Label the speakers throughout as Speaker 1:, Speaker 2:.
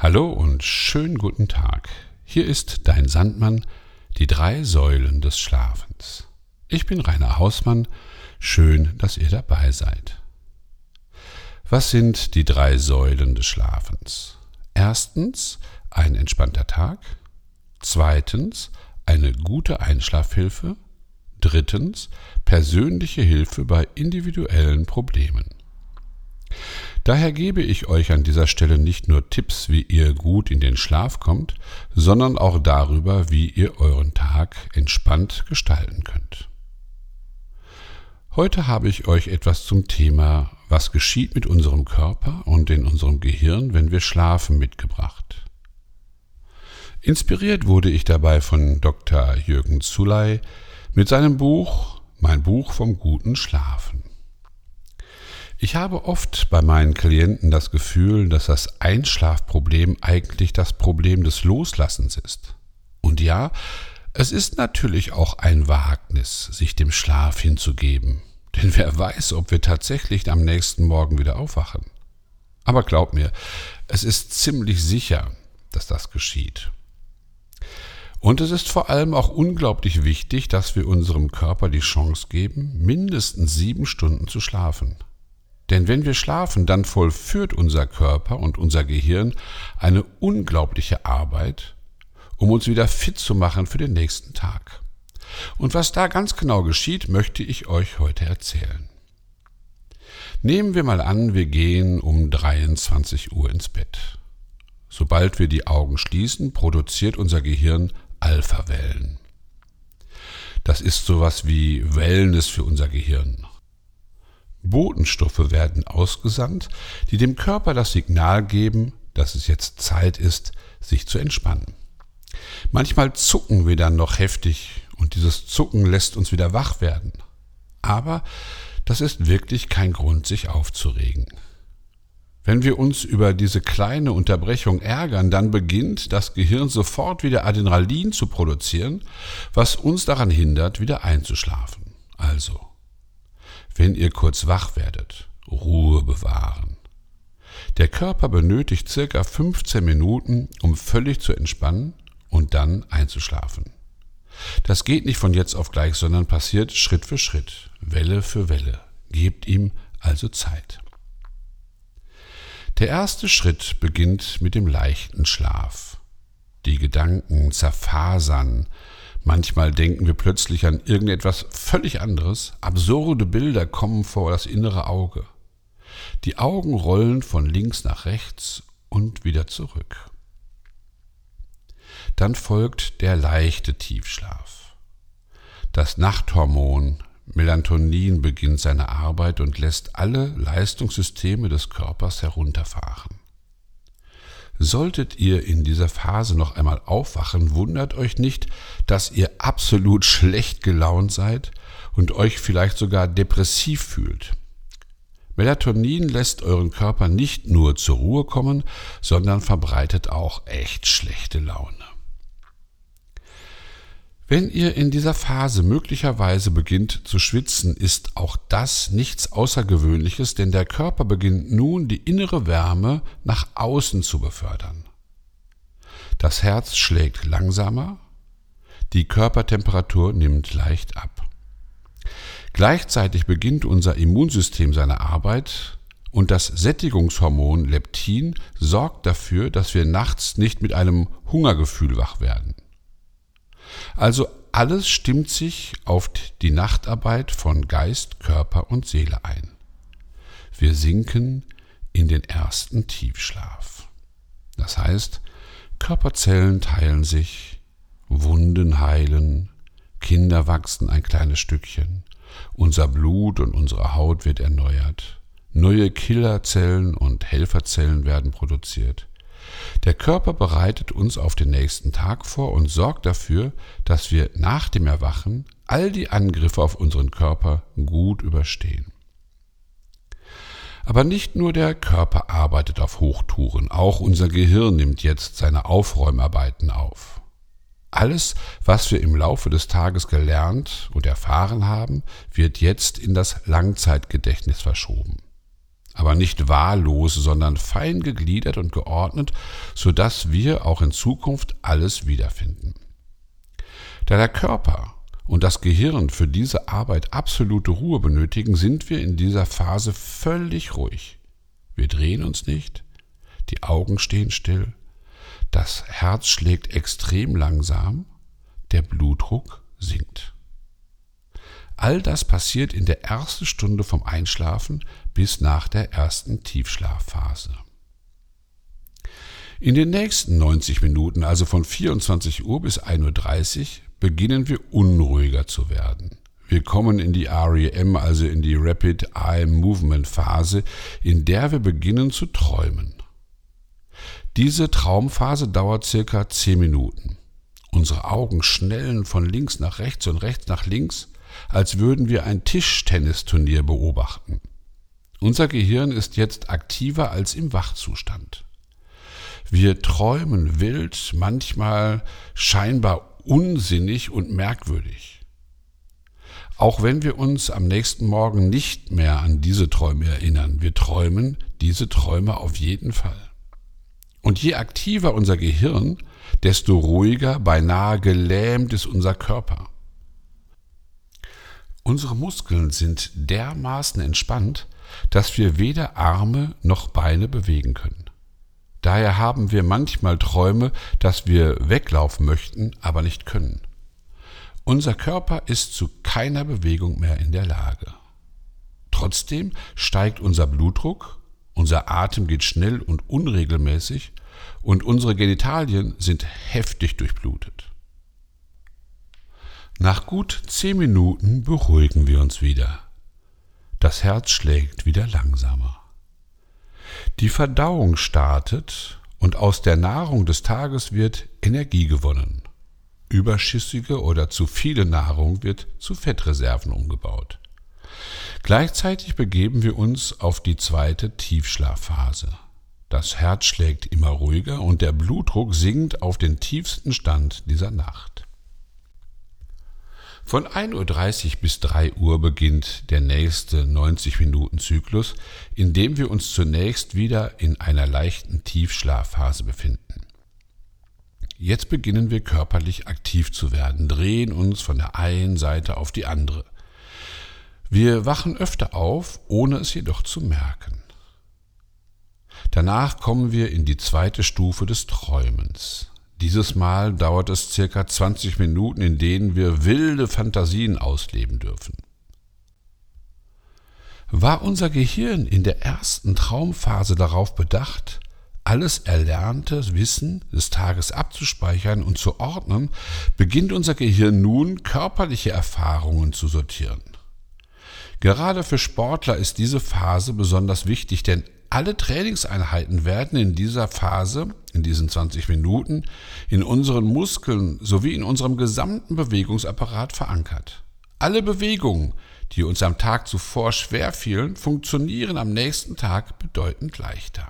Speaker 1: Hallo und schönen guten Tag. Hier ist dein Sandmann, die 3 Säulen des Schlafens. Ich bin Rainer Hausmann, schön, dass ihr dabei seid. Was sind die 3 Säulen des Schlafens? Erstens, ein entspannter Tag. Zweitens, eine gute Einschlafhilfe. Drittens, persönliche Hilfe bei individuellen Problemen. Daher gebe ich euch an dieser Stelle nicht nur Tipps, wie ihr gut in den Schlaf kommt, sondern auch darüber, wie ihr euren Tag entspannt gestalten könnt. Heute habe ich euch etwas zum Thema, was geschieht mit unserem Körper und in unserem Gehirn, wenn wir schlafen, mitgebracht. Inspiriert wurde ich dabei von Dr. Jürgen Zuley mit seinem Buch Mein Buch vom guten Schlafen. Ich habe oft bei meinen Klienten das Gefühl, dass das Einschlafproblem eigentlich das Problem des Loslassens ist. Und ja, es ist natürlich auch ein Wagnis, sich dem Schlaf hinzugeben. Denn wer weiß, ob wir tatsächlich am nächsten Morgen wieder aufwachen. Aber glaub mir, es ist ziemlich sicher, dass das geschieht. Und es ist vor allem auch unglaublich wichtig, dass wir unserem Körper die Chance geben, mindestens 7 Stunden zu schlafen. Denn wenn wir schlafen, dann vollführt unser Körper und unser Gehirn eine unglaubliche Arbeit, um uns wieder fit zu machen für den nächsten Tag. Und was da ganz genau geschieht, möchte ich euch heute erzählen. Nehmen wir mal an, wir gehen um 23 Uhr ins Bett. Sobald wir die Augen schließen, produziert unser Gehirn Alpha-Wellen. Das ist sowas wie Wellness für unser Gehirn. Botenstoffe werden ausgesandt, die dem Körper das Signal geben, dass es jetzt Zeit ist, sich zu entspannen. Manchmal zucken wir dann noch heftig und dieses Zucken lässt uns wieder wach werden. Aber das ist wirklich kein Grund, sich aufzuregen. Wenn wir uns über diese kleine Unterbrechung ärgern, dann beginnt das Gehirn sofort wieder Adrenalin zu produzieren, was uns daran hindert, wieder einzuschlafen. Also, wenn ihr kurz wach werdet, Ruhe bewahren. Der Körper benötigt ca. 15 Minuten, um völlig zu entspannen und dann einzuschlafen. Das geht nicht von jetzt auf gleich, sondern passiert Schritt für Schritt, Welle für Welle. Gebt ihm also Zeit. Der erste Schritt beginnt mit dem leichten Schlaf. Die Gedanken zerfasern. Manchmal denken wir plötzlich an irgendetwas völlig anderes. Absurde Bilder kommen vor das innere Auge. Die Augen rollen von links nach rechts und wieder zurück. Dann folgt der leichte Tiefschlaf. Das Nachthormon Melatonin beginnt seine Arbeit und lässt alle Leistungssysteme des Körpers herunterfahren. Solltet ihr in dieser Phase noch einmal aufwachen, wundert euch nicht, dass ihr absolut schlecht gelaunt seid und euch vielleicht sogar depressiv fühlt. Melatonin lässt euren Körper nicht nur zur Ruhe kommen, sondern verbreitet auch echt schlechte Laune. Wenn ihr in dieser Phase möglicherweise beginnt zu schwitzen, ist auch das nichts Außergewöhnliches, denn der Körper beginnt nun, die innere Wärme nach außen zu befördern. Das Herz schlägt langsamer, die Körpertemperatur nimmt leicht ab. Gleichzeitig beginnt unser Immunsystem seine Arbeit und das Sättigungshormon Leptin sorgt dafür, dass wir nachts nicht mit einem Hungergefühl wach werden. Also alles stimmt sich auf die Nachtarbeit von Geist, Körper und Seele ein. Wir sinken in den ersten Tiefschlaf. Das heißt, Körperzellen teilen sich, Wunden heilen, Kinder wachsen ein kleines Stückchen, unser Blut und unsere Haut wird erneuert, neue Killerzellen und Helferzellen werden produziert. Der Körper bereitet uns auf den nächsten Tag vor und sorgt dafür, dass wir nach dem Erwachen all die Angriffe auf unseren Körper gut überstehen. Aber nicht nur der Körper arbeitet auf Hochtouren, auch unser Gehirn nimmt jetzt seine Aufräumarbeiten auf. Alles, was wir im Laufe des Tages gelernt und erfahren haben, wird jetzt in das Langzeitgedächtnis verschoben. aber nicht wahllos, sondern fein gegliedert und geordnet, sodass wir auch in Zukunft alles wiederfinden. Da der Körper und das Gehirn für diese Arbeit absolute Ruhe benötigen, sind wir in dieser Phase völlig ruhig. Wir drehen uns nicht, die Augen stehen still, das Herz schlägt extrem langsam, der Blutdruck sinkt. All das passiert in der ersten Stunde vom Einschlafen bis nach der ersten Tiefschlafphase. In den nächsten 90 Minuten, also von 24 Uhr bis 1.30 Uhr, beginnen wir unruhiger zu werden. Wir kommen in die REM, also in die Rapid Eye Movement Phase, in der wir beginnen zu träumen. Diese Traumphase dauert circa 10 Minuten. Unsere Augen schnellen von links nach rechts und rechts nach links, als würden wir ein Tischtennisturnier beobachten. Unser Gehirn ist jetzt aktiver als im Wachzustand. Wir träumen wild, manchmal scheinbar unsinnig und merkwürdig. Auch wenn wir uns am nächsten Morgen nicht mehr an diese Träume erinnern, wir träumen diese Träume auf jeden Fall. Und je aktiver unser Gehirn, desto ruhiger, beinahe gelähmt ist unser Körper. Unsere Muskeln sind dermaßen entspannt, dass wir weder Arme noch Beine bewegen können. Daher haben wir manchmal Träume, dass wir weglaufen möchten, aber nicht können. Unser Körper ist zu keiner Bewegung mehr in der Lage. Trotzdem steigt unser Blutdruck, unser Atem geht schnell und unregelmäßig und unsere Genitalien sind heftig durchblutet. Nach gut 10 Minuten beruhigen wir uns wieder. Das Herz schlägt wieder langsamer. Die Verdauung startet und aus der Nahrung des Tages wird Energie gewonnen. Überschüssige oder zu viele Nahrung wird zu Fettreserven umgebaut. Gleichzeitig begeben wir uns auf die zweite Tiefschlafphase. Das Herz schlägt immer ruhiger und der Blutdruck sinkt auf den tiefsten Stand dieser Nacht. Von 1.30 Uhr bis 3 Uhr beginnt der nächste 90-Minuten-Zyklus, in dem wir uns zunächst wieder in einer leichten Tiefschlafphase befinden. Jetzt beginnen wir körperlich aktiv zu werden, drehen uns von der einen Seite auf die andere. Wir wachen öfter auf, ohne es jedoch zu merken. Danach kommen wir in die zweite Stufe des Träumens. Dieses Mal dauert es circa 20 Minuten, in denen wir wilde Fantasien ausleben dürfen. War unser Gehirn in der ersten Traumphase darauf bedacht, alles erlernte Wissen des Tages abzuspeichern und zu ordnen, beginnt unser Gehirn nun, körperliche Erfahrungen zu sortieren. Gerade für Sportler ist diese Phase besonders wichtig, denn alle Trainingseinheiten werden in dieser Phase, in diesen 20 Minuten, in unseren Muskeln sowie in unserem gesamten Bewegungsapparat verankert. Alle Bewegungen, die uns am Tag zuvor schwer fielen, funktionieren am nächsten Tag bedeutend leichter.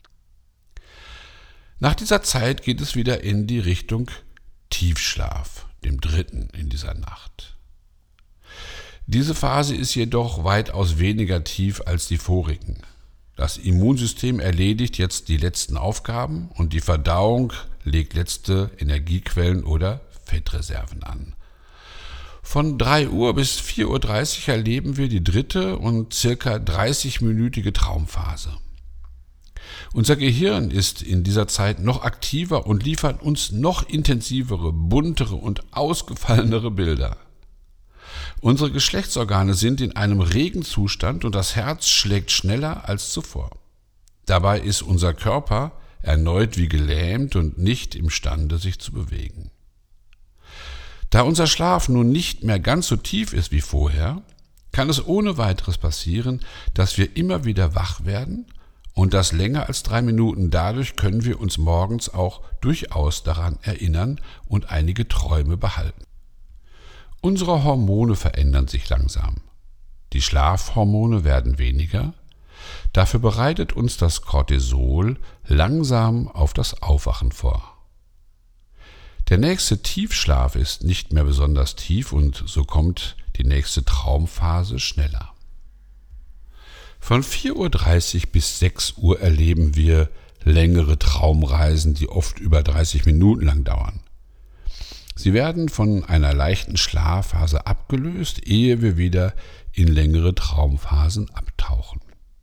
Speaker 1: Nach dieser Zeit geht es wieder in die Richtung Tiefschlaf, dem dritten in dieser Nacht. Diese Phase ist jedoch weitaus weniger tief als die vorigen. Das Immunsystem erledigt jetzt die letzten Aufgaben und die Verdauung legt letzte Energiequellen oder Fettreserven an. Von 3 Uhr bis 4.30 Uhr erleben wir die dritte und circa 30-minütige Traumphase. Unser Gehirn ist in dieser Zeit noch aktiver und liefert uns noch intensivere, buntere und ausgefallenere Bilder. Unsere Geschlechtsorgane sind in einem regen Zustand und das Herz schlägt schneller als zuvor. Dabei ist unser Körper erneut wie gelähmt und nicht imstande, sich zu bewegen. Da unser Schlaf nun nicht mehr ganz so tief ist wie vorher, kann es ohne weiteres passieren, dass wir immer wieder wach werden und das länger als 3 Minuten. Dadurch können wir uns morgens auch durchaus daran erinnern und einige Träume behalten. Unsere Hormone verändern sich langsam. Die Schlafhormone werden weniger. Dafür bereitet uns das Cortisol langsam auf das Aufwachen vor. Der nächste Tiefschlaf ist nicht mehr besonders tief und so kommt die nächste Traumphase schneller. Von 4:30 Uhr bis 6 Uhr erleben wir längere Traumreisen, die oft über 30 Minuten lang dauern. Sie werden von einer leichten Schlafphase abgelöst, ehe wir wieder in längere Traumphasen abtauchen.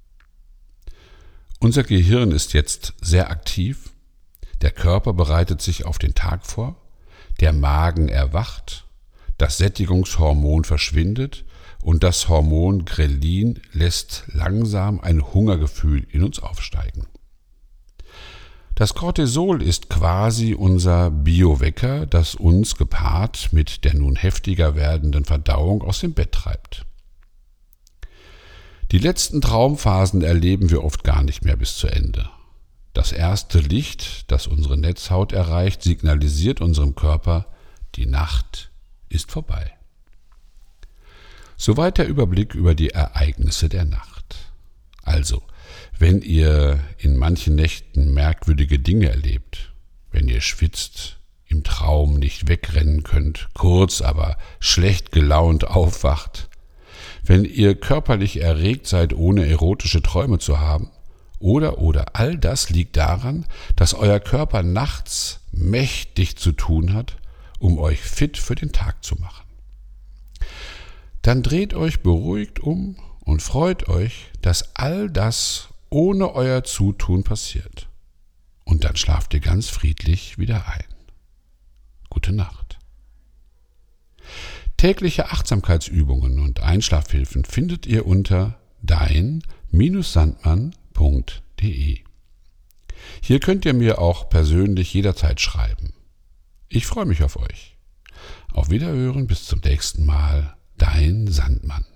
Speaker 1: Unser Gehirn ist jetzt sehr aktiv, der Körper bereitet sich auf den Tag vor, der Magen erwacht, das Sättigungshormon verschwindet und das Hormon Grelin lässt langsam ein Hungergefühl in uns aufsteigen. Das Cortisol ist quasi unser Biowecker, das uns gepaart mit der nun heftiger werdenden Verdauung aus dem Bett treibt. Die letzten Traumphasen erleben wir oft gar nicht mehr bis zu Ende. Das erste Licht, das unsere Netzhaut erreicht, signalisiert unserem Körper, die Nacht ist vorbei. Soweit der Überblick über die Ereignisse der Nacht. Also, wenn ihr in manchen Nächten merkwürdige Dinge erlebt, wenn ihr schwitzt, im Traum nicht wegrennen könnt, kurz aber schlecht gelaunt aufwacht, wenn ihr körperlich erregt seid, ohne erotische Träume zu haben, oder, all das liegt daran, dass euer Körper nachts mächtig zu tun hat, um euch fit für den Tag zu machen. Dann dreht euch beruhigt um und freut euch, dass all das ohne euer Zutun passiert. Und dann schlaft ihr ganz friedlich wieder ein. Gute Nacht. Tägliche Achtsamkeitsübungen und Einschlafhilfen findet ihr unter dein-sandmann.de. Hier könnt ihr mir auch persönlich jederzeit schreiben. Ich freue mich auf euch. Auf Wiederhören, bis zum nächsten Mal. Dein Sandmann.